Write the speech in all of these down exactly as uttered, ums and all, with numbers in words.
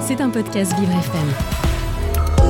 C'est un podcast Vivre F M.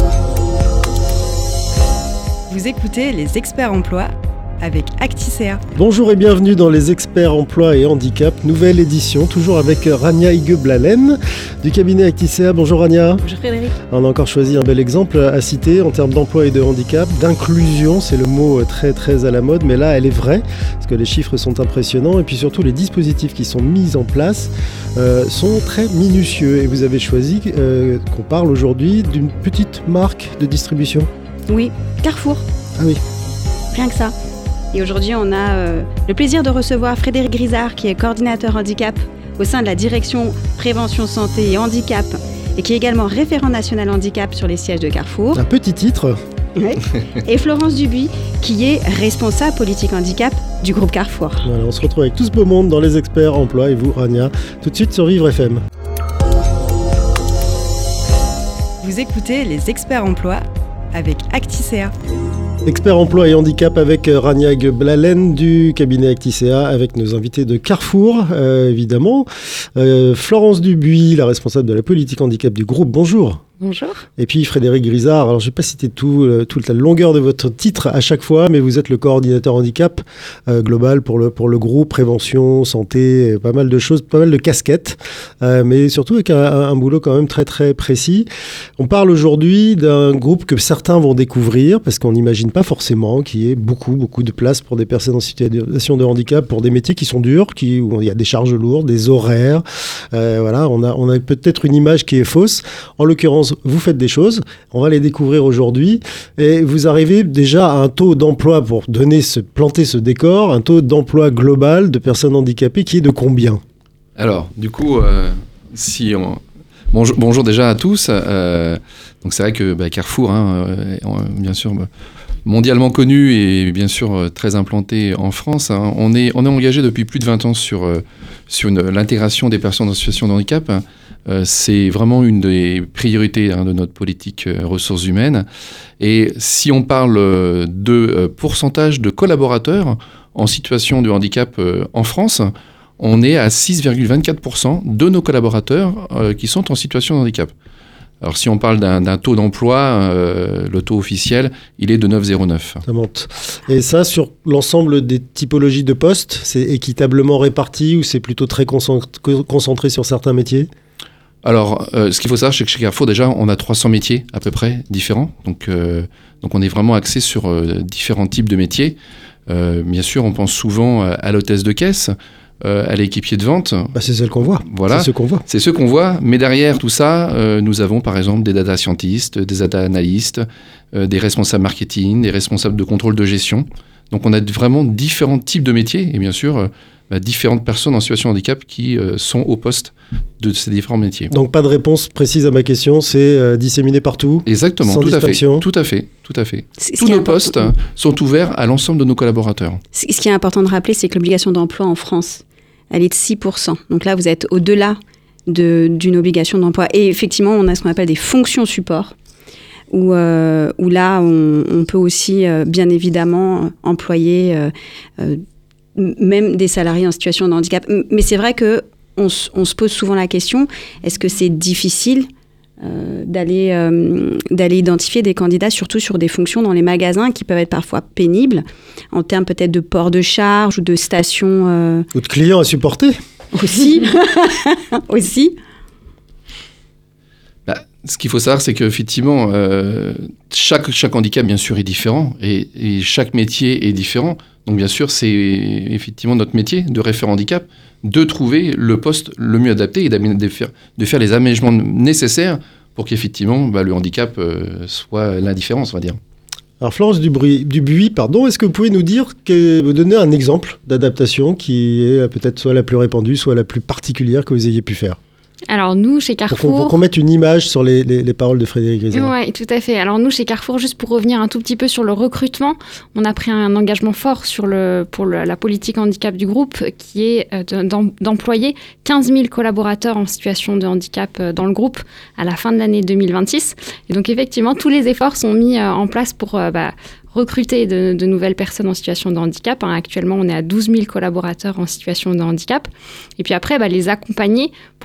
Vous écoutez Les Experts Emploi avec Acticea. Bonjour et bienvenue dans Les Experts Emploi et Handicap, nouvelle édition, toujours avec Rania Higues-Blalen du cabinet Acticea. Bonjour Rania. Bonjour Frédéric. On a encore choisi un bel exemple à citer en termes d'emploi et de handicap, d'inclusion, c'est le mot très très à la mode, mais là elle est vraie, parce que les chiffres sont impressionnants et puis surtout les dispositifs qui sont mis en place euh, sont très minutieux. Et vous avez choisi euh, qu'on parle aujourd'hui d'une petite marque de distribution. Oui, Carrefour. Ah oui. Rien que ça. Et aujourd'hui, on a euh, le plaisir de recevoir Frédéric Grisard, qui est coordinateur handicap au sein de la direction prévention santé et handicap, et qui est également référent national handicap sur les sièges de Carrefour. Un petit titre. Oui. Et Florence Dubuis, qui est responsable politique handicap du groupe Carrefour. Voilà, on se retrouve avec tout ce beau monde dans Les Experts Emploi et vous, Rania, tout de suite sur Vivre F M. Vous écoutez Les Experts Emploi avec Acticea. Expert emploi et handicap avec Rania Higues-Blalen du cabinet Acticea, avec nos invités de Carrefour, euh, évidemment. Euh, Florence Dubuis, la responsable de la politique handicap du groupe. Bonjour. Bonjour. Et puis Frédéric Grisard, alors je ne vais pas citer tout, euh, toute la longueur de votre titre à chaque fois, mais vous êtes le coordinateur handicap euh, global pour le, pour le groupe, prévention, santé, pas mal de choses, pas mal de casquettes, euh, mais surtout avec un, un boulot quand même très très précis. On parle aujourd'hui d'un groupe que certains vont découvrir, parce qu'on n'imagine pas forcément qu'il y ait beaucoup beaucoup de place pour des personnes en situation de handicap, pour des métiers qui sont durs, qui, où il y a des charges lourdes, des horaires, euh, voilà, on a, on a peut-être une image qui est fausse. En l'occurrence, vous faites des choses, on va les découvrir aujourd'hui, et vous arrivez déjà à un taux d'emploi, pour donner ce, planter ce décor, un taux d'emploi global de personnes handicapées qui est de combien ? Alors, du coup, euh, si on... bonjour, bonjour déjà à tous. Euh, donc c'est vrai que bah, Carrefour, hein, euh, bien sûr, bah, mondialement connu et bien sûr euh, très implanté en France, hein, on est on est engagé depuis plus de vingt ans sur euh, sur une, l'intégration des personnes en situation de handicap. Euh, c'est vraiment une des priorités hein, de notre politique euh, ressources humaines. Et si on parle euh, de euh, pourcentage de collaborateurs en situation de handicap euh, en France, on est à six virgule vingt-quatre pour cent de nos collaborateurs euh, qui sont en situation de handicap. Alors si on parle d'un, d'un taux d'emploi, euh, le taux officiel, il est de neuf virgule zéro neuf. Ça monte. Et ça, sur l'ensemble des typologies de postes, c'est équitablement réparti ou c'est plutôt très concentré sur certains métiers ? Alors, euh, ce qu'il faut savoir, c'est que chez Carrefour, déjà, on a trois cents métiers à peu près différents. Donc, euh, donc on est vraiment axé sur euh, différents types de métiers. Euh, bien sûr, on pense souvent à l'hôtesse de caisse, euh, à l'équipier de vente. Bah, c'est celle qu'on voit. Voilà. C'est ce qu'on voit. C'est ce qu'on voit. Mais derrière tout ça, euh, nous avons par exemple des data scientists, des data analystes, euh, des responsables marketing, des responsables de contrôle de gestion. Donc, on a vraiment différents types de métiers. Et bien sûr... Euh, Bah, différentes personnes en situation de handicap qui euh, sont au poste de ces différents métiers. Donc pas de réponse précise à ma question, c'est euh, disséminé partout. Exactement, sans tout à fait, distinction. tout à fait, tout à fait. C'est- Tous ce qui est nos important- postes sont ouverts à l'ensemble de nos collaborateurs. Ce ce qui est important de rappeler, c'est que l'obligation d'emploi en France, elle est de six pour cent. Donc là, vous êtes au-delà de, d'une obligation d'emploi. Et effectivement, on a ce qu'on appelle des fonctions support, où, euh, où là, on, on peut aussi, euh, bien évidemment, employer euh, euh, même des salariés en situation de handicap. Mais c'est vrai qu'on s- on se pose souvent la question, est-ce que c'est difficile euh, d'aller, euh, d'aller identifier des candidats, surtout sur des fonctions dans les magasins qui peuvent être parfois pénibles, en termes peut-être de port de charge ou de station euh, Ou de clients à supporter. aussi. aussi. Bah, ce qu'il faut savoir, c'est qu'effectivement, euh, chaque, chaque handicap, bien sûr, est différent et, et chaque métier est différent. Donc, bien sûr, c'est effectivement notre métier de référent handicap de trouver le poste le mieux adapté et de faire, de faire les aménagements nécessaires pour qu'effectivement, bah, le handicap euh, soit l'indifférence, on va dire. Alors Florence Dubuis, Dubuis, pardon, est-ce que vous pouvez nous dire, que, vous donner un exemple d'adaptation qui est peut-être soit la plus répandue, soit la plus particulière que vous ayez pu faire ? Alors nous, chez Pour qu'on, Carrefour... pour qu'on mette une image sur les, les, les paroles de Frédéric Grisard. Oui, tout à fait. Alors nous, chez Carrefour, juste pour revenir un tout petit peu sur le recrutement, on a pris un engagement fort sur le, pour le, la politique handicap du groupe, qui est euh, d'em, d'employer quinze mille collaborateurs en situation de handicap euh, dans le groupe à la fin de l'année deux mille vingt-six. Et donc effectivement, tous les efforts sont mis euh, en place pour... Euh, bah, recruter de, de nouvelles personnes en situation de handicap. Hein, actuellement, on est à douze mille collaborateurs en situation de handicap. Et puis après, bah, les accompagner pour faire en sorte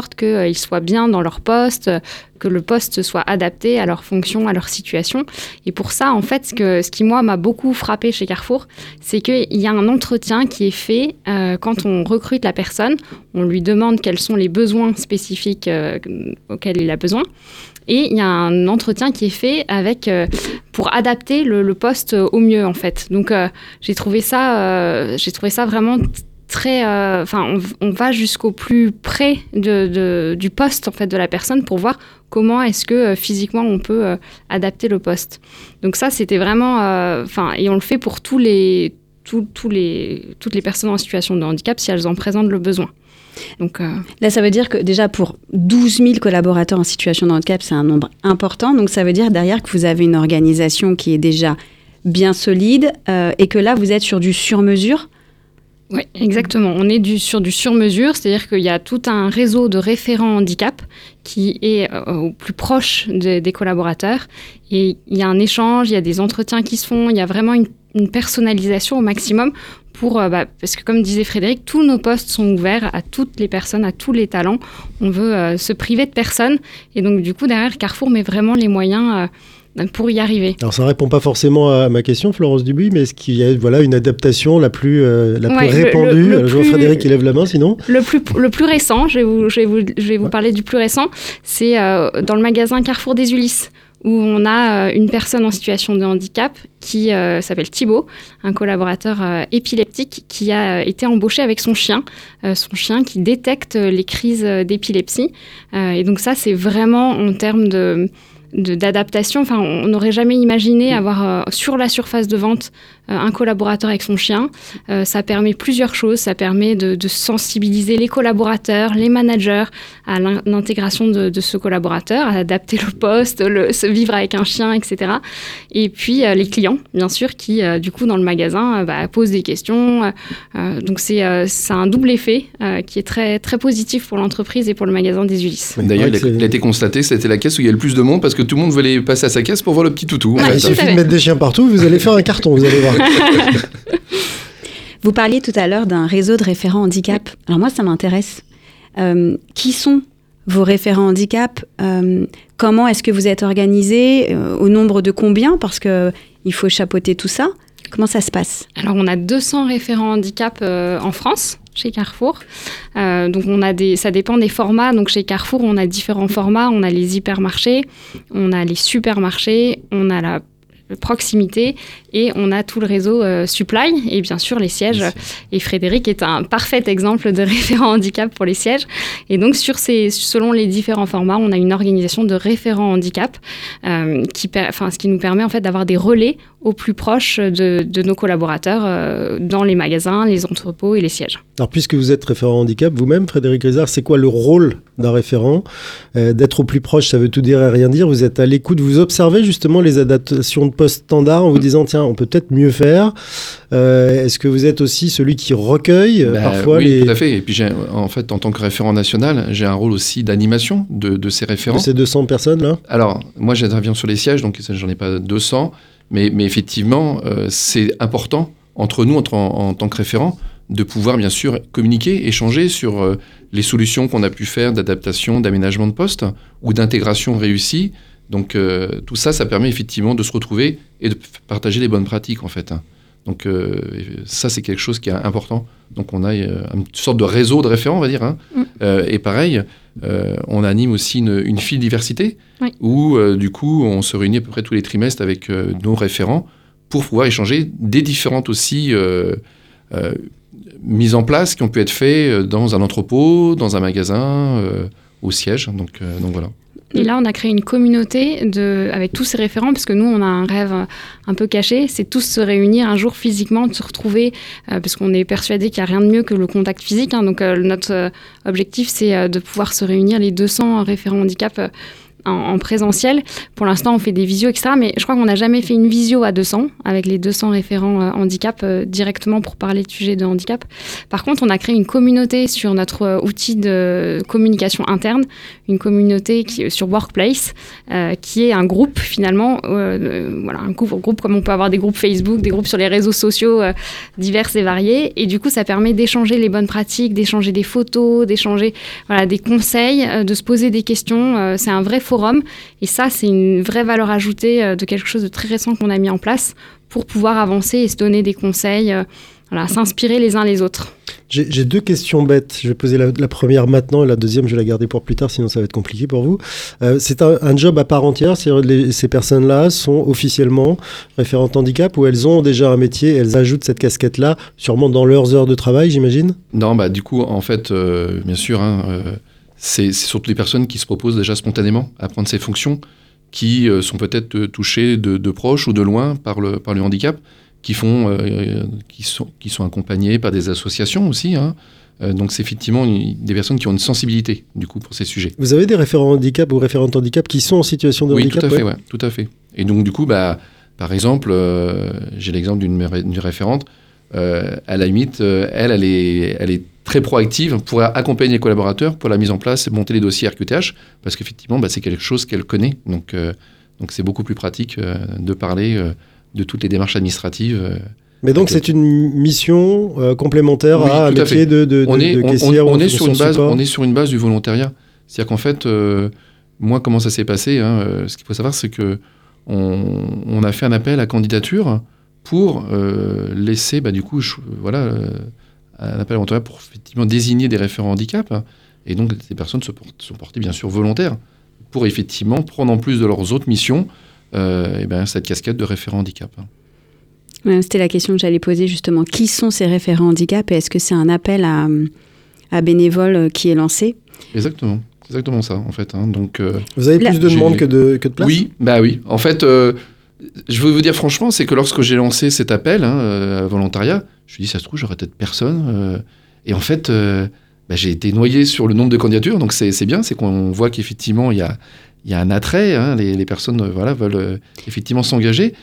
sorte qu'ils euh, soient bien dans leur poste, euh, que le poste soit adapté à leur fonction, à leur situation. Et pour ça, en fait, ce, que, ce qui, moi, m'a beaucoup frappé chez Carrefour, c'est qu'il y a un entretien qui est fait euh, quand on recrute la personne. On lui demande quels sont les besoins spécifiques euh, auxquels il a besoin. Et il y a un entretien qui est fait avec, euh, pour adapter le, le poste au mieux, en fait. Donc, euh, j'ai trouvé ça, euh, j'ai trouvé ça vraiment très... Enfin, euh, on, on va jusqu'au plus près de, de, du poste, en fait, de la personne pour voir comment est-ce que euh, physiquement on peut euh, adapter le poste. Donc ça, c'était vraiment... Enfin, euh, et on le fait pour tous les, tous, tous les, toutes les personnes en situation de handicap si elles en présentent le besoin. Donc, euh... Là, ça veut dire que déjà pour douze mille collaborateurs en situation de handicap, c'est un nombre important. Donc, ça veut dire derrière que vous avez une organisation qui est déjà bien solide euh, et que là, vous êtes sur du sur-mesure. Oui, exactement. On est du, sur du sur-mesure, c'est-à-dire qu'il y a tout un réseau de référents handicap qui est euh, au plus proche de, des collaborateurs. Et il y a un échange, il y a des entretiens qui se font, il y a vraiment une, une personnalisation au maximum. Pour, euh, bah, parce que comme disait Frédéric, tous nos postes sont ouverts à toutes les personnes, à tous les talents. On veut euh, se priver de personne. Et donc, du coup, derrière, Carrefour met vraiment les moyens euh, pour y arriver. Alors, ça ne répond pas forcément à ma question, Florence Dubuis, mais est-ce qu'il y a voilà, une adaptation la plus, euh, la ouais, plus répandue? le, le, le Je vois plus, Frédéric qui lève la main, sinon. Le plus, le plus récent, je vais vous, je vais vous, je vais vous ouais. parler du plus récent, c'est euh, dans le magasin Carrefour des Ulysses, où on a euh, une personne en situation de handicap qui euh, s'appelle Thibaut, un collaborateur euh, épileptique qui a euh, été embauché avec son chien, euh, son chien qui détecte les crises d'épilepsie. Euh, et donc ça, c'est vraiment en termes de, de, d'adaptation. Enfin, on n'aurait jamais imaginé avoir euh, sur la surface de vente euh, un collaborateur avec son chien. Euh, ça permet plusieurs choses. Ça permet de, de sensibiliser les collaborateurs, les managers à l'intégration de, de ce collaborateur, à adapter le poste, le, se vivre avec un chien, et cetera. Et puis euh, les clients, bien sûr, qui, euh, du coup, dans le magasin, euh, bah, posent des questions. Euh, donc, c'est, euh, c'est un double effet euh, qui est très, très positif pour l'entreprise et pour le magasin des Ulysses. D'ailleurs, il a, il a été constaté, c'était la caisse où il y a le plus de monde parce que tout le monde voulait passer à sa caisse pour voir le petit toutou. Ouais, en fait. Il suffit de mettre des chiens partout, vous allez faire un carton, vous allez voir. Vous parliez tout à l'heure d'un réseau de référents handicap. Alors moi, ça m'intéresse. Euh, qui sont vos référents handicap? euh, Comment est-ce que vous êtes organisés? euh, Au nombre de combien? Parce qu'il faut chapeauter tout ça. Comment ça se passe? Alors, on a deux cents référents handicap euh, en France, chez Carrefour. Euh, donc, on a des, ça dépend des formats. Donc, chez Carrefour, on a différents formats. On a les hypermarchés, on a les supermarchés, on a la proximité et on a tout le réseau euh, supply et bien sûr les sièges. Et Frédéric est un parfait exemple de référent handicap pour les sièges. Et donc sur ces, selon les différents formats, on a une organisation de référents handicap euh, qui, enfin, ce qui nous permet en fait d'avoir des relais au plus proche de, de nos collaborateurs euh, dans les magasins, les entrepôts et les sièges. Alors puisque vous êtes référent handicap vous-même, Frédéric Grisard, c'est quoi le rôle d'un référent? euh, D'être au plus proche, ça veut tout dire et rien dire. Vous êtes à l'écoute, vous observez justement les adaptations de poste standard en vous disant tiens, on peut peut-être mieux faire. Euh, est-ce que vous êtes aussi celui qui recueille bah, parfois oui, les... tout à fait. Et puis j'ai, en fait, en tant que référent national, j'ai un rôle aussi d'animation de, de ces référents. De ces deux cents personnes là? Alors, moi j'interviens sur les sièges, donc j'en ai pas deux cents, mais, mais effectivement, euh, c'est important entre nous, entre, en, en tant que référents, de pouvoir bien sûr communiquer, échanger sur euh, les solutions qu'on a pu faire d'adaptation, d'aménagement de poste ou d'intégration réussie. Donc euh, tout ça, ça permet effectivement de se retrouver et de partager les bonnes pratiques en fait. Donc euh, ça, c'est quelque chose qui est important. Donc on a euh, une sorte de réseau de référents, on va dire. Hein. Mm. Euh, et pareil, euh, on anime aussi une, une file diversité oui. où euh, du coup, on se réunit à peu près tous les trimestres avec euh, nos référents pour pouvoir échanger des différentes aussi euh, euh, mises en place qui ont pu être faites dans un entrepôt, dans un magasin, euh, au siège. Donc, euh, donc voilà. Et là, on a créé une communauté de, avec tous ces référents, parce que nous, on a un rêve un peu caché, c'est tous se réunir un jour physiquement, de se retrouver, euh, parce qu'on est persuadé qu'il n'y a rien de mieux que le contact physique. Hein, donc, euh, notre euh, objectif, c'est euh, de pouvoir se réunir, les deux cents référents handicap, euh, en, en présentiel. Pour l'instant, on fait des visios, et cetera. Mais je crois qu'on n'a jamais fait une visio à deux cents, avec les deux cents référents euh, handicap euh, directement pour parler de sujets de handicap. Par contre, on a créé une communauté sur notre euh, outil de communication interne, une communauté qui, sur Workplace, euh, qui est un groupe finalement, euh, voilà, un groupe, un groupe comme on peut avoir des groupes Facebook, des groupes sur les réseaux sociaux euh, divers et variés. Et du coup, ça permet d'échanger les bonnes pratiques, d'échanger des photos, d'échanger voilà, des conseils, euh, de se poser des questions. Euh, c'est un vrai forum. Et ça, c'est une vraie valeur ajoutée euh, de quelque chose de très récent qu'on a mis en place pour pouvoir avancer et se donner des conseils, euh, voilà, s'inspirer les uns les autres. J'ai, j'ai deux questions bêtes. Je vais poser la, la première maintenant et la deuxième, je vais la garder pour plus tard, sinon ça va être compliqué pour vous. Euh, c'est un, un job à part entière, c'est-à-dire les, ces personnes-là sont officiellement référentes handicap ou elles ont déjà un métier, elles ajoutent cette casquette-là, sûrement dans leurs heures de travail, j'imagine ? Non, bah du coup, en fait, euh, bien sûr, hein, euh, c'est, c'est surtout les personnes qui se proposent déjà spontanément à prendre ces fonctions, qui euh, sont peut-être euh, touchées de, de proche ou de loin par le, par le handicap, qui font, euh, qui sont, qui sont accompagnés par des associations aussi. Hein. Euh, donc c'est effectivement une, des personnes qui ont une sensibilité du coup pour ces sujets. Vous avez des référents handicap ou référentes handicap qui sont en situation de oui, handicap ? Oui, tout à fait, ouais. ouais, tout à fait. Et donc du coup, bah, par exemple, euh, j'ai l'exemple d'une, d'une référente. Euh, à la limite, euh, elle, elle est, elle est très proactive pour accompagner les collaborateurs pour la mise en place et monter les dossiers R Q T H, parce qu'effectivement, bah, c'est quelque chose qu'elle connaît. Donc, euh, donc c'est beaucoup plus pratique euh, de parler euh, de toutes les démarches administratives. Euh, Mais donc c'est une mission euh, complémentaire oui, à un métier de, de, on est, de, de on, caissière on, on ou est sur une base, support. on est sur une base du volontariat. C'est-à-dire qu'en fait, euh, moi, comment ça s'est passé, hein, euh, ce qu'il faut savoir, c'est que on, on a fait un appel à candidature pour euh, laisser, bah, du coup, je, voilà, euh, un appel à volontariat pour effectivement désigner des référents handicap. Hein, et donc, ces personnes se portent, sont portées, bien sûr, volontaires pour effectivement prendre en plus de leurs autres missions euh, et ben, cette casquette de référent handicap. Hein. Ouais, c'était la question que j'allais poser justement. Qui sont ces référents handicap et est-ce que c'est un appel à, à bénévoles qui est lancé ? Exactement. C'est exactement ça, en fait. Hein. Donc, euh, vous avez plus là, de demandes que de, que de places ? Oui, bah oui. En fait, euh, je veux vous dire franchement, c'est que lorsque j'ai lancé cet appel hein, euh, à volontariat, je me suis dit, ça se trouve, j'aurais peut-être personne. Euh, et en fait, euh, bah, j'ai été noyé sur le nombre de candidatures. Donc, c'est, c'est bien, c'est qu'on voit qu'effectivement, il y a, y a un attrait. Hein, les, les personnes euh, voilà, veulent euh, effectivement s'engager.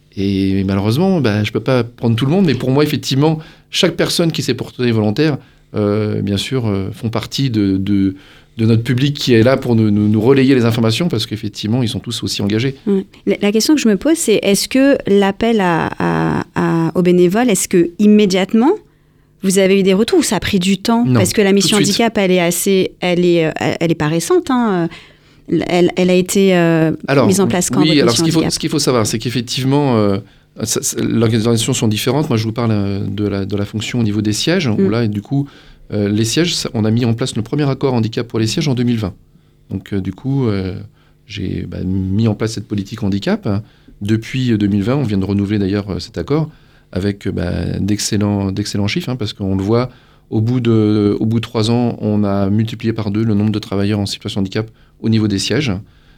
Et malheureusement, bah, je ne peux pas prendre tout le monde. Mais pour moi, effectivement, chaque personne qui s'est portée volontaire, euh, bien sûr, euh, font partie de... de de notre public qui est là pour nous, nous, nous relayer les informations, parce qu'effectivement, ils sont tous aussi engagés. Ouais. La question que je me pose, c'est est-ce que l'appel à, à, à, aux bénévoles, est-ce que immédiatement, vous avez eu des retours ou ça a pris du temps ? Non, parce que la mission handicap, suite. elle est assez, elle est, elle est pas récente. Hein. Elle, elle a été euh, alors, mise en place quand ? Oui, alors ce qu'il faut, ce qu'il faut savoir, c'est qu'effectivement, euh, ça, ça, les organisations sont différentes. Moi, je vous parle euh, de, la, de la fonction au niveau des sièges, mm. où là, du coup, Euh, les sièges, on a mis en place le premier accord handicap pour les sièges en deux mille vingt. Donc, euh, du coup, euh, j'ai bah, mis en place cette politique handicap. Depuis deux mille vingt, on vient de renouveler d'ailleurs euh, cet accord avec bah, d'excellents, d'excellents chiffres, hein, parce qu'on le voit, au bout, de, au bout de trois ans, on a multiplié par deux le nombre de travailleurs en situation de handicap au niveau des sièges.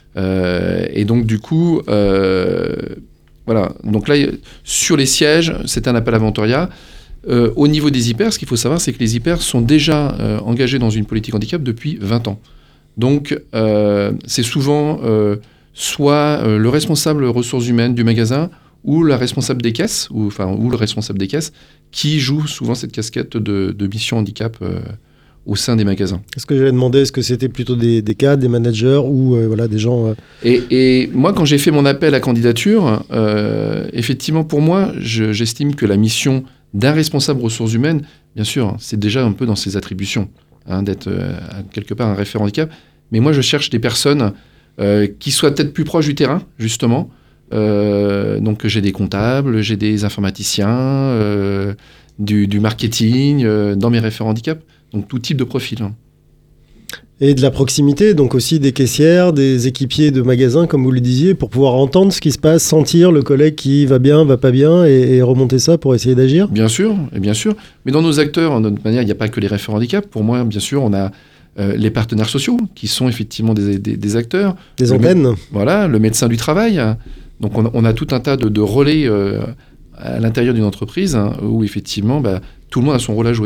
Euh, et donc, du coup, euh, voilà. Donc là, sur les sièges, c'est un appel à volontariat. Euh, au niveau des hyper, ce qu'il faut savoir, c'est que les hyper sont déjà euh, engagés dans une politique handicap depuis vingt ans. Donc, euh, c'est souvent euh, soit euh, le responsable ressources humaines du magasin ou la responsable des caisses, ou, enfin, ou le responsable des caisses, qui joue souvent cette casquette de, de mission handicap euh, au sein des magasins. Est-ce que j'allais demander, est-ce que c'était plutôt des, des cadres, des managers ou euh, voilà, des gens... Euh... Et, et moi, quand j'ai fait mon appel à candidature, euh, effectivement, pour moi, je, j'estime que la mission d'un responsable ressources humaines, bien sûr, c'est déjà un peu dans ses attributions, hein, d'être euh, quelque part un référent handicap. Mais moi, je cherche des personnes euh, qui soient peut-être plus proches du terrain, justement. Euh, donc, j'ai des comptables, j'ai des informaticiens, euh, du, du marketing, euh, dans mes référents handicap. Donc, tout type de profil. Hein. Et de la proximité, donc aussi des caissières, des équipiers de magasins, comme vous le disiez, pour pouvoir entendre ce qui se passe, sentir le collègue qui va bien, va pas bien, et, et remonter ça pour essayer d'agir. Bien sûr, et bien sûr. Mais dans nos acteurs, de toute manière, il n'y a pas que les référents handicap. Pour moi, bien sûr, on a euh, les partenaires sociaux, qui sont effectivement des, des, des acteurs. Des le antennes. mé- Voilà, le médecin du travail. Donc, on, on a tout un tas de, de relais euh, à l'intérieur d'une entreprise, hein, où effectivement, bah, tout le monde a son rôle à jouer.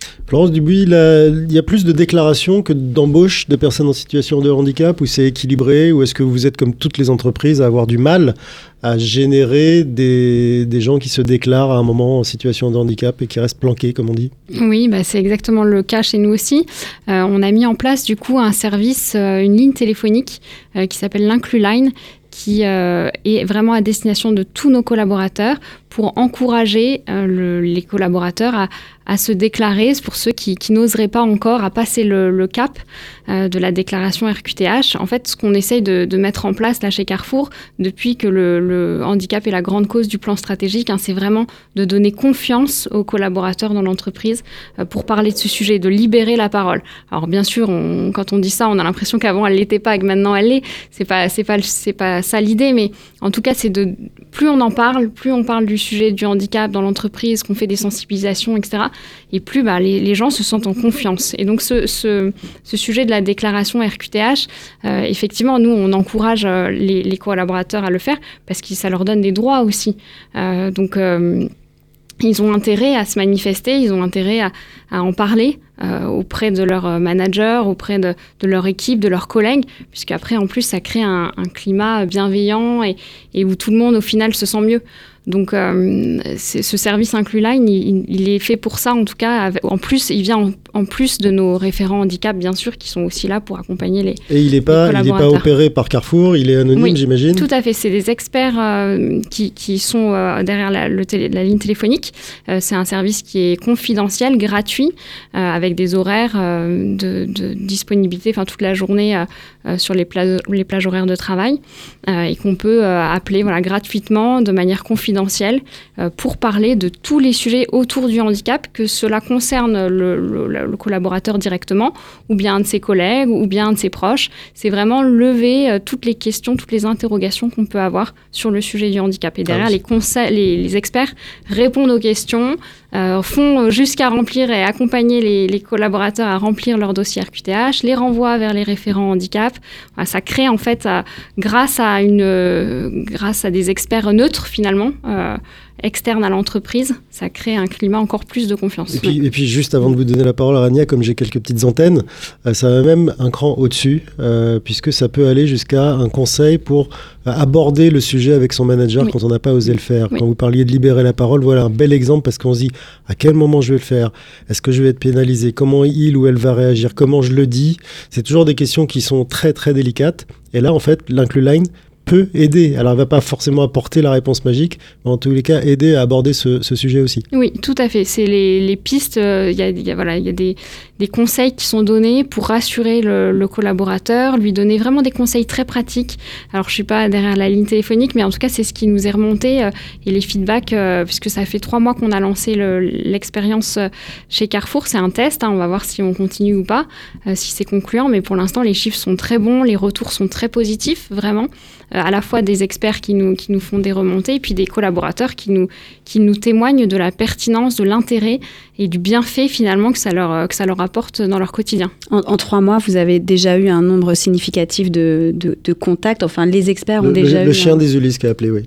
Florence Dubuis, là, il y a plus de déclarations que d'embauches de personnes en situation de handicap, ou c'est équilibré, ou est-ce que vous êtes comme toutes les entreprises à avoir du mal à générer des, des gens qui se déclarent à un moment en situation de handicap et qui restent planqués, comme on dit? Oui, bah c'est exactement le cas chez nous aussi. Euh, on a mis en place du coup un service, euh, une ligne téléphonique euh, qui s'appelle l'Incluline, qui euh, est vraiment à destination de tous nos collaborateurs pour encourager euh, le, les collaborateurs à, à se déclarer, pour ceux qui, qui n'oseraient pas encore à passer le, le cap euh, de la déclaration R Q T H. En fait, ce qu'on essaye de, de mettre en place là chez Carrefour, depuis que le, le handicap est la grande cause du plan stratégique, hein, c'est vraiment de donner confiance aux collaborateurs dans l'entreprise euh, pour parler de ce sujet, de libérer la parole. Alors bien sûr, on, quand on dit ça, on a l'impression qu'avant elle l'était pas et que maintenant elle l'est. C'est pas, c'est pas, c'est pas ça l'idée, mais en tout cas, c'est de plus on en parle, plus on parle du sujet du handicap dans l'entreprise, qu'on fait des sensibilisations, et cetera. Et plus bah, les, les gens se sentent en confiance. Et donc ce, ce, ce sujet de la déclaration R Q T H, euh, effectivement, nous, on encourage euh, les, les collaborateurs à le faire parce que ça leur donne des droits aussi. Euh, donc euh, ils ont intérêt à se manifester, ils ont intérêt à, à en parler euh, auprès de leur manager, auprès de, de leur équipe, de leurs collègues, puisqu'après, en plus, ça crée un, un climat bienveillant et, et où tout le monde, au final, se sent mieux. Donc, euh, ce service Incluline, il, il est fait pour ça, en tout cas. En plus, il vient en, en plus de nos référents handicap, bien sûr, qui sont aussi là pour accompagner les Et il n'est pas, il est pas opéré par Carrefour, il est anonyme, oui, j'imagine? Tout à fait. C'est des experts euh, qui, qui sont euh, derrière la, le télé, la ligne téléphonique. Euh, c'est un service qui est confidentiel, gratuit, euh, avec des horaires euh, de, de disponibilité, enfin toute la journée euh, euh, sur les, pla- les plages horaires de travail, euh, et qu'on peut euh, appeler voilà, gratuitement, de manière confidentielle, euh, pour parler de tous les sujets autour du handicap, que cela concerne le, le, le collaborateur directement, ou bien un de ses collègues, ou bien un de ses proches. C'est vraiment lever euh, toutes les questions, toutes les interrogations qu'on peut avoir sur le sujet du handicap. Et derrière, ah oui. les, conseils, les, les experts répondent aux questions, euh, font jusqu'à remplir et accompagner les, les collaborateurs à remplir leur dossier R Q T H, les renvoient vers les référents handicap. Voilà, ça crée en fait, à, grâce, à une, euh, grâce à des experts neutres finalement, euh, externe à l'entreprise, ça crée un climat encore plus de confiance. Et puis, ouais. et puis juste avant de vous donner la parole, Rania, comme j'ai quelques petites antennes, euh, ça va même un cran au-dessus, euh, puisque ça peut aller jusqu'à un conseil pour euh, aborder le sujet avec son manager oui. quand on n'a pas osé le faire. Oui. Quand vous parliez de libérer la parole, voilà un bel exemple, parce qu'on se dit à quel moment je vais le faire, est-ce que je vais être pénalisé, comment il ou elle va réagir, comment je le dis. C'est toujours des questions qui sont très très délicates. Et là, en fait, l'Incluline peut aider. Alors, elle ne va pas forcément apporter la réponse magique, mais en tous les cas, aider à aborder ce, ce sujet aussi. Oui, tout à fait. C'est les, les pistes. Il euh, y a, y a, voilà, y a des, des conseils qui sont donnés pour rassurer le, le collaborateur, lui donner vraiment des conseils très pratiques. Alors, je ne suis pas derrière la ligne téléphonique, mais en tout cas, c'est ce qui nous est remonté. Euh, et les feedbacks, euh, puisque ça fait trois mois qu'on a lancé le, l'expérience chez Carrefour, c'est un test. Hein, on va voir si on continue ou pas, euh, si c'est concluant. Mais pour l'instant, les chiffres sont très bons, les retours sont très positifs, vraiment. À la fois des experts qui nous, qui nous font des remontées et puis des collaborateurs qui nous, qui nous témoignent de la pertinence, de l'intérêt et du bienfait finalement que ça leur, que ça leur apporte dans leur quotidien. En, en trois mois, vous avez déjà eu un nombre significatif de, de, de contacts. Enfin, les experts ont le, déjà le, eu... Le chien un... des Ulysses qui a appelé, oui.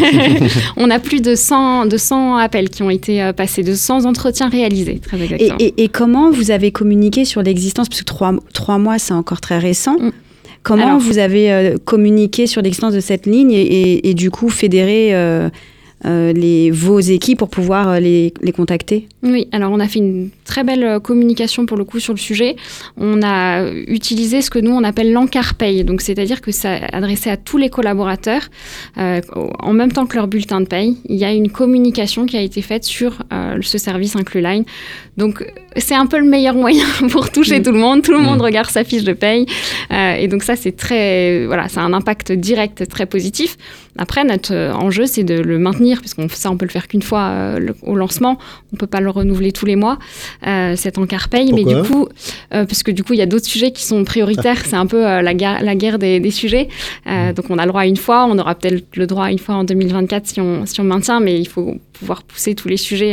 On a plus de cent, de cent appels qui ont été passés, de cent entretiens réalisés, très exactement. Et, et, et comment vous avez communiqué sur l'existence, parce que trois, trois mois, c'est encore très récent. Mm. Comment Alors, vous avez euh, communiqué sur l'existence de cette ligne et, et, et du coup fédéré euh, euh, les, vos équipes pour pouvoir euh, les, les contacter ? Oui, alors on a fait une très belle communication pour le coup sur le sujet. On a utilisé ce que nous on appelle l'encart paye, donc c'est-à-dire que ça adressé à tous les collaborateurs euh, en même temps que leur bulletin de paye. Il y a une communication qui a été faite sur euh, ce service Incluline. Donc c'est un peu le meilleur moyen pour toucher mmh. tout le monde. Tout le mmh. monde regarde sa fiche de paye euh, et donc ça c'est très voilà, ça a un impact direct très positif. Après notre enjeu c'est de le maintenir puisqu'on ça on peut le faire qu'une fois euh, le, au lancement. On peut pas le renouveler tous les mois, euh, cet encart paye. Pourquoi ? Mais du coup, euh, parce que du coup, il y a d'autres sujets qui sont prioritaires. Ah. C'est un peu euh, la, guerre, la guerre des, des sujets. Euh, mmh. Donc, on a le droit à une fois. On aura peut-être le droit à une fois en deux mille vingt-quatre si on, si on maintient, mais il faut pouvoir pousser tous les sujets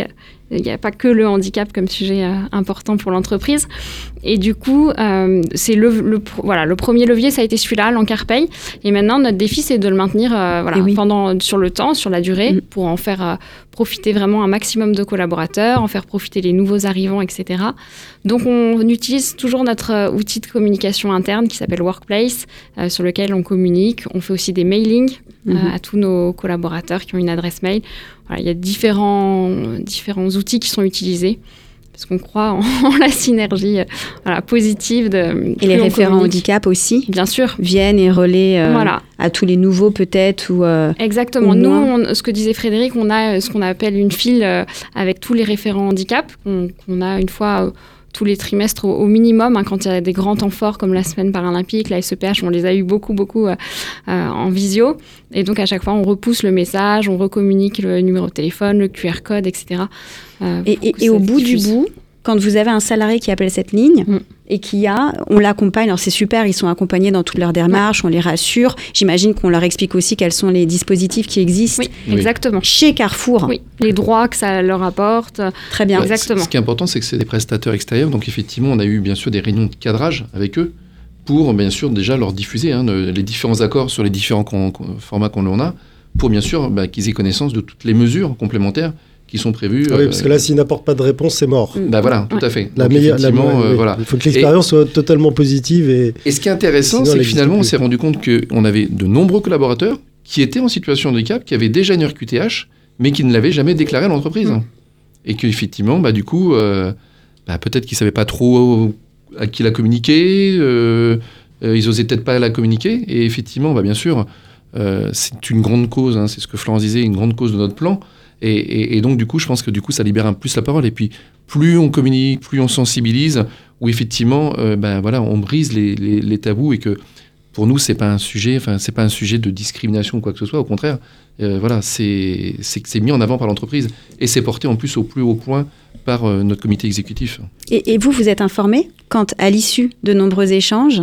il n'y a pas que le handicap comme sujet euh, important pour l'entreprise. Et du coup, euh, c'est le, le, voilà, le premier levier, ça a été celui-là, l'encart paye. Et maintenant, notre défi, c'est de le maintenir euh, voilà, oui. pendant, sur le temps, sur la durée, mmh. pour en faire euh, profiter vraiment un maximum de collaborateurs, en faire profiter les nouveaux arrivants, et cetera. Donc, on utilise toujours notre euh, outil de communication interne qui s'appelle Workplace, euh, sur lequel on communique. On fait aussi des mailings mmh. euh, à tous nos collaborateurs qui ont une adresse mail. Voilà, il y a différents, différents outils qui sont utilisés. Parce qu'on croit en, en la synergie euh, voilà, positive. De, et les référents communique. handicap aussi, bien sûr, viennent et relaient euh, voilà. à tous les nouveaux peut-être ou euh, exactement. Ou Nous, on, ce que disait Frédéric, on a ce qu'on appelle une file euh, avec tous les référents handicap qu'on, qu'on a une fois euh, tous les trimestres au, au minimum, hein, quand il y a des grands temps forts comme la semaine paralympique, la S E P H, on les a eu beaucoup, beaucoup euh, euh, en visio. Et donc, à chaque fois, on repousse le message, on recommunique le numéro de téléphone, le Q R code, et cetera. Euh, et et, et au bout diffuse. du bout, quand vous avez un salarié qui appelle cette ligne mm. et qui a, on l'accompagne, alors c'est super, ils sont accompagnés dans toutes leurs démarches, mm. on les rassure. J'imagine qu'on leur explique aussi quels sont les dispositifs qui existent. Oui, oui. exactement. Chez Carrefour. Oui, les droits que ça leur apporte. Très bien. Ouais, exactement. Ce qui est important, c'est que c'est des prestataires extérieurs. Donc, effectivement, on a eu bien sûr des réunions de cadrage avec eux pour, bien sûr, déjà leur diffuser hein, les différents accords sur les différents con- formats qu'on en a, pour, bien sûr, bah, qu'ils aient connaissance de toutes les mesures complémentaires qui sont prévues. Ah oui, parce que là, s'ils n'apportent pas de réponse, c'est mort. Bah voilà, tout à fait. La Donc, meilleure, la, euh, oui. voilà. Il faut que l'expérience et, soit totalement positive. Et, et ce qui est intéressant, c'est que finalement, plus. on s'est rendu compte qu'on avait de nombreux collaborateurs qui étaient en situation de handicap, qui avaient déjà une R Q T H, mais qui ne l'avaient jamais déclaré à l'entreprise. Mmh. Et qu'effectivement, bah, du coup, euh, bah, peut-être qu'ils ne savaient pas trop à qui la communiquer, euh, euh, ils n'osaient peut-être pas la communiquer. Et effectivement, bah, bien sûr, euh, c'est une grande cause, hein, c'est ce que Florence disait, une grande cause de notre plan. Et, et, et donc, du coup, je pense que du coup, ça libère un peu plus la parole. Et puis, plus on communique, plus on sensibilise, où effectivement, euh, ben, voilà, on brise les, les, les tabous et que pour nous, c'est pas un sujet, enfin, c'est pas un sujet de discrimination ou quoi que ce soit. Au contraire, euh, voilà, c'est, c'est, c'est mis en avant par l'entreprise et c'est porté en plus au plus haut point par euh, notre comité exécutif. Et, et vous, vous êtes informé quand, à l'issue de nombreux échanges,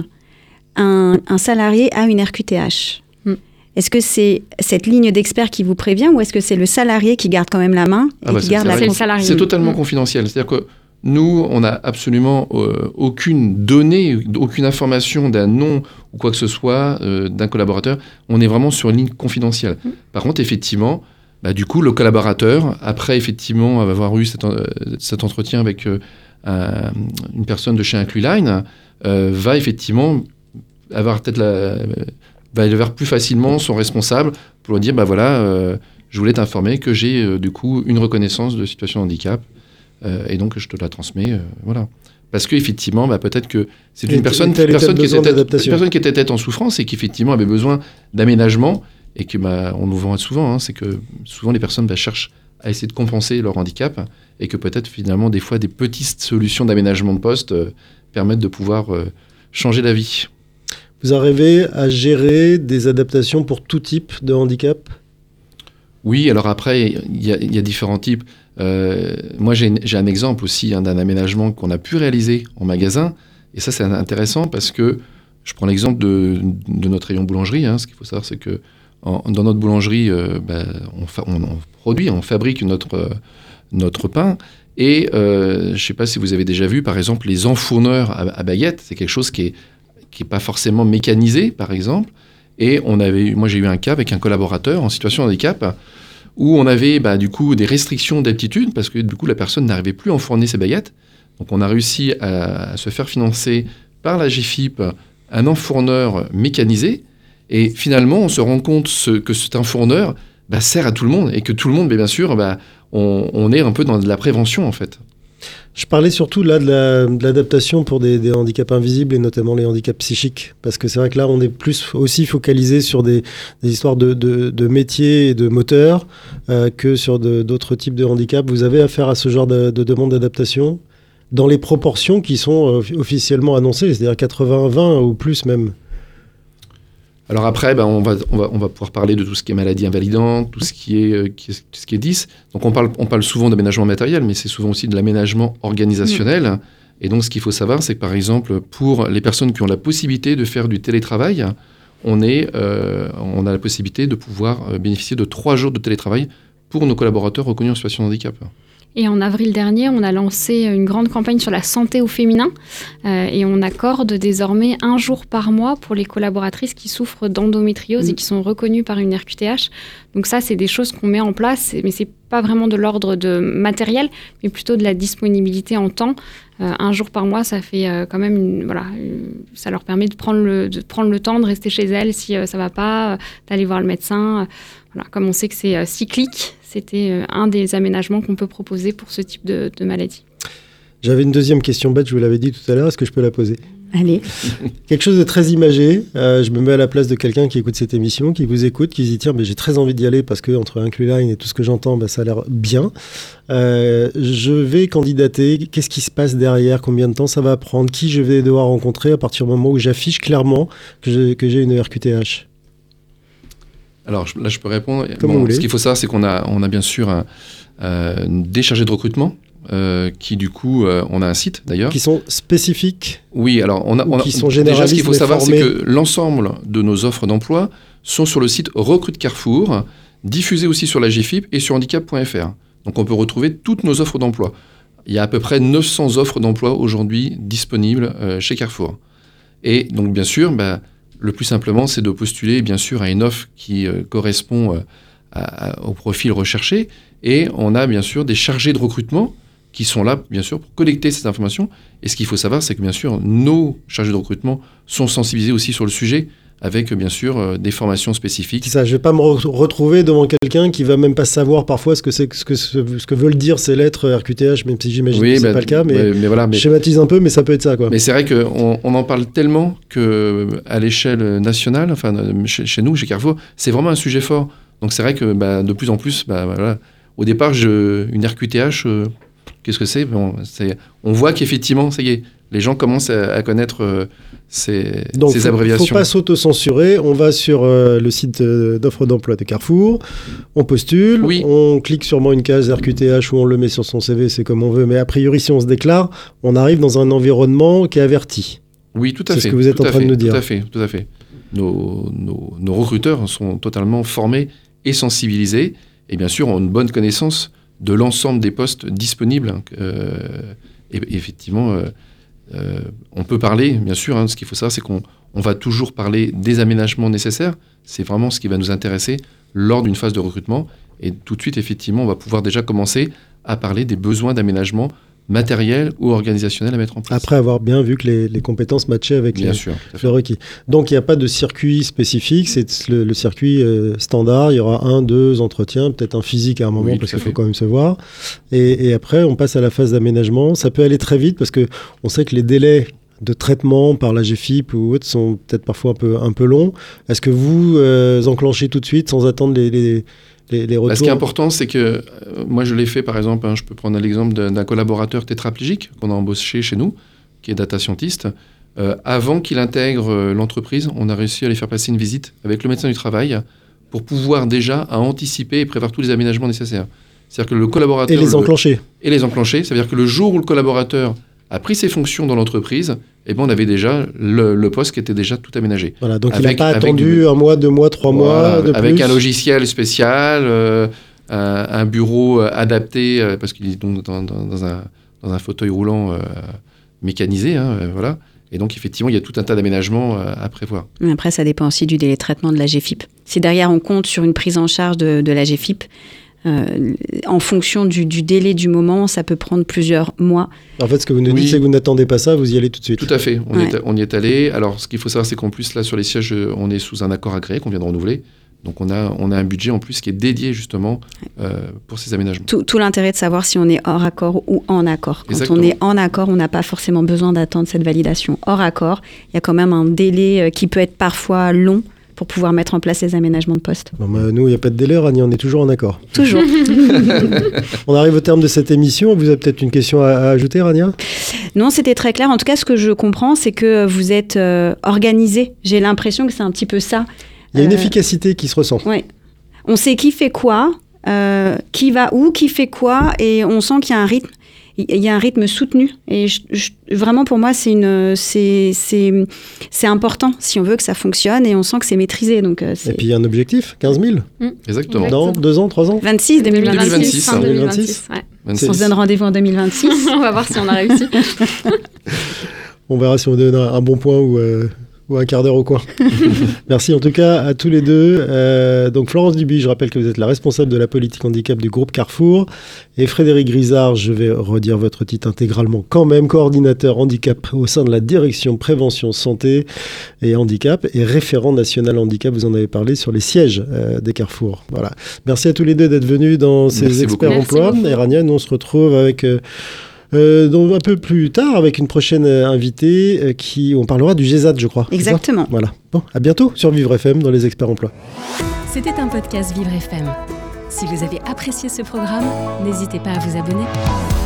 un, un salarié a une R Q T H ? Est-ce que c'est cette ligne d'experts qui vous prévient ou est-ce que c'est le salarié qui garde quand même la main et ah bah qui garde la c'est, salarié. c'est totalement mmh. confidentiel. C'est-à-dire que nous, on n'a absolument euh, aucune donnée, aucune information d'un nom ou quoi que ce soit euh, d'un collaborateur. On est vraiment sur une ligne confidentielle. Mmh. Par contre, effectivement, bah, du coup, le collaborateur, après effectivement avoir eu cet, euh, cet entretien avec euh, un, une personne de chez Incluline, euh, va effectivement avoir peut-être la... Euh, va aller vers plus facilement son responsable pour lui dire bah voilà, euh, je voulais t'informer que j'ai euh, du coup une reconnaissance de situation de handicap euh, et donc je te la transmets, euh, voilà. Parce qu'effectivement, bah, peut-être que c'est une personne, personne, qui était tête, personne qui était tête en souffrance et qui effectivement avait besoin d'aménagement et que bah, on nous vend souvent, hein, c'est que souvent les personnes bah, cherchent à essayer de compenser leur handicap et que peut-être finalement des fois des petites solutions d'aménagement de poste euh, permettent de pouvoir euh, changer la vie. Vous arrivez à gérer des adaptations pour tout type de handicap ? Oui, alors après, il y, y a différents types. Euh, moi, j'ai, j'ai un exemple aussi hein, d'un aménagement qu'on a pu réaliser en magasin. Et ça, c'est intéressant parce que je prends l'exemple de, de notre rayon boulangerie. Hein. Ce qu'il faut savoir, c'est que en, dans notre boulangerie, euh, bah, on, fa- on, on produit, on fabrique notre, euh, notre pain. Et euh, je ne sais pas si vous avez déjà vu, par exemple, les enfourneurs à, à baguettes. C'est quelque chose qui est qui n'est pas forcément mécanisé, par exemple. Et on avait, moi, j'ai eu un cas avec un collaborateur en situation de handicap où on avait bah, du coup des restrictions d'aptitude parce que du coup, la personne n'arrivait plus à enfourner ses baguettes. Donc, on a réussi à, à se faire financer par la G F I P un enfourneur mécanisé. Et finalement, on se rend compte ce, que cet enfourneur bah, sert à tout le monde et que tout le monde, bien sûr, bah, on, on est un peu dans de la prévention, en fait. Je parlais surtout là de, la, de l'adaptation pour des, des handicaps invisibles et notamment les handicaps psychiques. Parce que c'est vrai que là, on est plus aussi focalisé sur des, des histoires de, de, de métiers et de moteurs euh, que sur de, d'autres types de handicaps. Vous avez affaire à ce genre de, de demande d'adaptation dans les proportions qui sont euh, officiellement annoncées, c'est-à-dire quatre-vingts vingt ou plus même. Alors après, ben, on, va, on, va, on va pouvoir parler de tout ce qui est maladie invalidante, tout ce qui est, euh, qui est, ce qui est dix. Donc on parle, on parle souvent d'aménagement matériel, mais c'est souvent aussi de l'aménagement organisationnel. Mmh. Et donc ce qu'il faut savoir, c'est que par exemple, pour les personnes qui ont la possibilité de faire du télétravail, on, est, euh, on a la possibilité de pouvoir bénéficier de trois jours de télétravail pour nos collaborateurs reconnus en situation de handicap. Et en avril dernier, on a lancé une grande campagne sur la santé au féminin euh, et on accorde désormais un jour par mois pour les collaboratrices qui souffrent d'endométriose mmh. et qui sont reconnues par une R Q T H. Donc ça, c'est des choses qu'on met en place, mais c'est pas vraiment de l'ordre de matériel, mais plutôt de la disponibilité en temps. Euh, un jour par mois, ça fait euh, quand même, une, voilà, une, ça leur permet de prendre le, de prendre le temps de rester chez elles si euh, ça va pas, euh, d'aller voir le médecin. Euh, voilà, comme on sait que c'est euh, cyclique, c'était euh, un des aménagements qu'on peut proposer pour ce type de, de maladie. J'avais une deuxième question bête, je vous l'avais dit tout à l'heure, est-ce que je peux la poser ? Allez. Quelque chose de très imagé. Euh, je me mets à la place de quelqu'un qui écoute cette émission, qui vous écoute, qui se dit tiens, mais j'ai très envie d'y aller parce que entre Incluline et tout ce que j'entends, bah, ça a l'air bien. Euh, je vais candidater. Qu'est-ce qui se passe derrière ? Combien de temps ça va prendre ? Qui je vais devoir rencontrer à partir du moment où j'affiche clairement que j'ai, que j'ai une R Q T H ? Alors là, je peux répondre. Comme bon, vous voulez. Ce qu'il faut savoir, c'est qu'on a, on a bien sûr un, euh, des chargés de recrutement. Euh, qui du coup, euh, on a un site d'ailleurs. Qui sont spécifiques. Oui, alors on a, on a qui sont généralistes. Déjà, ce qu'il faut savoir, formés. c'est que l'ensemble de nos offres d'emploi sont sur le site Recrute Carrefour, diffusées aussi sur la G F I P et sur handicap point F R. Donc on peut retrouver toutes nos offres d'emploi. Il y a à peu près neuf cents offres d'emploi aujourd'hui disponibles euh, chez Carrefour. Et donc bien sûr, bah, le plus simplement, c'est de postuler bien sûr à une offre qui euh, correspond euh, à, à, au profil recherché. Et on a bien sûr des chargés de recrutement qui sont là, bien sûr, pour collecter ces informations. Et ce qu'il faut savoir, c'est que, bien sûr, nos chargés de recrutement sont sensibilisés aussi sur le sujet, avec, bien sûr, euh, des formations spécifiques. C'est ça, je ne vais pas me re- retrouver devant quelqu'un qui ne va même pas savoir parfois ce que, c'est, ce que, ce que veulent dire ces lettres R Q T H, même si j'imagine oui, que ce n'est bah, pas le cas, mais, mais, mais voilà, mais, je schématise un peu, mais ça peut être ça, quoi. Mais c'est vrai qu'on on en parle tellement qu'à l'échelle nationale, enfin, chez, chez nous, chez Carrefour, c'est vraiment un sujet fort. Donc c'est vrai que bah, de plus en plus, bah, voilà, au départ, je, une R Q T H... Euh, Qu'est-ce que c'est ? Bon, c'est on voit qu'effectivement, ça y est, les gens commencent à, à connaître euh, ces, Donc, ces faut, abréviations. Donc, il ne faut pas s'auto-censurer. On va sur euh, le site euh, d'offre d'emploi de Carrefour, on postule, oui. on clique sûrement une case R Q T H ou on le met sur son C V, c'est comme on veut. Mais a priori, si on se déclare, on arrive dans un environnement qui est averti. Oui, tout à c'est fait. C'est ce que vous êtes en train fait, de nous dire. Tout à fait, tout à fait. Nos, nos, nos recruteurs sont totalement formés et sensibilisés et bien sûr ont une bonne connaissance de l'ensemble des postes disponibles. Euh, et, et effectivement, euh, euh, on peut parler, bien sûr, hein, ce qu'il faut savoir, c'est qu'on on va toujours parler des aménagements nécessaires. C'est vraiment ce qui va nous intéresser lors d'une phase de recrutement. Et tout de suite, effectivement, on va pouvoir déjà commencer à parler des besoins d'aménagement matériel ou organisationnel à mettre en place. Après avoir bien vu que les, les compétences matchaient avec bien les, sûr, le requis. Donc il n'y a pas de circuit spécifique, c'est le, le circuit euh, standard, il y aura un, deux entretiens, peut-être un physique à un moment oui, parce qu'il faut quand même se voir. Et, et après on passe à la phase d'aménagement. Ça peut aller très vite parce qu'on sait que les délais de traitement par la G F I P ou autres sont peut-être parfois un peu, un peu longs. Est-ce que vous euh, enclenchez tout de suite sans attendre les... les Les, les bah, ce qui est important, c'est que euh, moi je l'ai fait par exemple, hein, je peux prendre l'exemple d'un, d'un collaborateur tétraplégique qu'on a embauché chez nous, qui est data scientist. Euh, avant qu'il intègre euh, l'entreprise, on a réussi à lui faire passer une visite avec le médecin du travail pour pouvoir déjà à anticiper et prévoir tous les aménagements nécessaires. C'est-à-dire que le collaborateur... Et les enclencher. Le, et les enclencher, c'est-à-dire que le jour où le collaborateur a pris ses fonctions dans l'entreprise, eh ben on avait déjà le, le poste qui était déjà tout aménagé. Voilà, donc avec, il n'a pas attendu du, un mois, deux mois, trois voilà, mois de avec plus. un logiciel spécial, euh, un, un bureau adapté, euh, parce qu'il est donc dans, dans, dans, un, dans un fauteuil roulant euh, mécanisé, hein, euh, voilà. Et donc, effectivement, il y a tout un tas d'aménagements euh, à prévoir. Mais après, ça dépend aussi du délai de traitement de la G F I P. Si derrière, on compte sur une prise en charge de, de la G F I P, Euh, en fonction du, du délai du moment, ça peut prendre plusieurs mois. En fait, ce que vous nous oui. dites, c'est que vous n'attendez pas ça, vous y allez tout de suite. Tout à fait, on, ouais. y, est, on y est allé. Alors, ce qu'il faut savoir, c'est qu'en plus, là, sur les sièges, on est sous un accord agréé qu'on vient de renouveler. Donc, on a, on a un budget en plus qui est dédié justement euh, pour ces aménagements. Tout, tout l'intérêt de savoir si on est hors accord ou en accord. Quand Exactement. on est en accord, on n'a pas forcément besoin d'attendre cette validation. Hors accord, il y a quand même un délai qui peut être parfois long pour pouvoir mettre en place les aménagements de poste. Bon, bah, nous, il n'y a pas de délai, Rania, on est toujours en accord. Toujours. On arrive au terme de cette émission. Vous avez peut-être une question à, à ajouter, Rania ? Non, c'était très clair. En tout cas, ce que je comprends, c'est que vous êtes euh, organisé. J'ai l'impression que c'est un petit peu ça. Il y a une euh, efficacité qui se ressent. Oui. On sait qui fait quoi, euh, qui va où, qui fait quoi, et on sent qu'il y a un rythme. il y a un rythme soutenu. Et je, je, vraiment, pour moi, c'est, une, c'est, c'est, c'est important si on veut que ça fonctionne et on sent que c'est maîtrisé. Donc, c'est... Et puis, il y a un objectif, quinze mille Mmh. Exactement. Dans deux ans, trois ans vingt-six, deux mille vingt-six. deux mille vingt-six, fin deux mille vingt-six, ouais. vingt-six. On se donne rendez-vous en deux mille vingt-six. On va voir si on a réussi. On verra si on donne un, un bon point ou, euh, ou un quart d'heure au coin. Merci en tout cas à tous les deux. Euh, donc Florence Duby, je rappelle que vous êtes la responsable de la politique handicap du groupe Carrefour. Et Frédéric Grisard, je vais redire votre titre intégralement quand même, coordinateur handicap au sein de la direction prévention santé et handicap et référent national handicap, vous en avez parlé, sur les sièges euh, des Carrefour. Voilà. Merci à tous les deux d'être venus dans ces Merci experts beaucoup. emploi. Merci beaucoup. Et Rania, nous on se retrouve avec... Euh, Euh, donc un peu plus tard avec une prochaine euh, invitée euh, qui on parlera du G E S A D, je crois. Exactement. Voilà. Bon, à bientôt sur Vivre F M dans les experts emploi. C'était un podcast Vivre F M. Si vous avez apprécié ce programme, n'hésitez pas à vous abonner.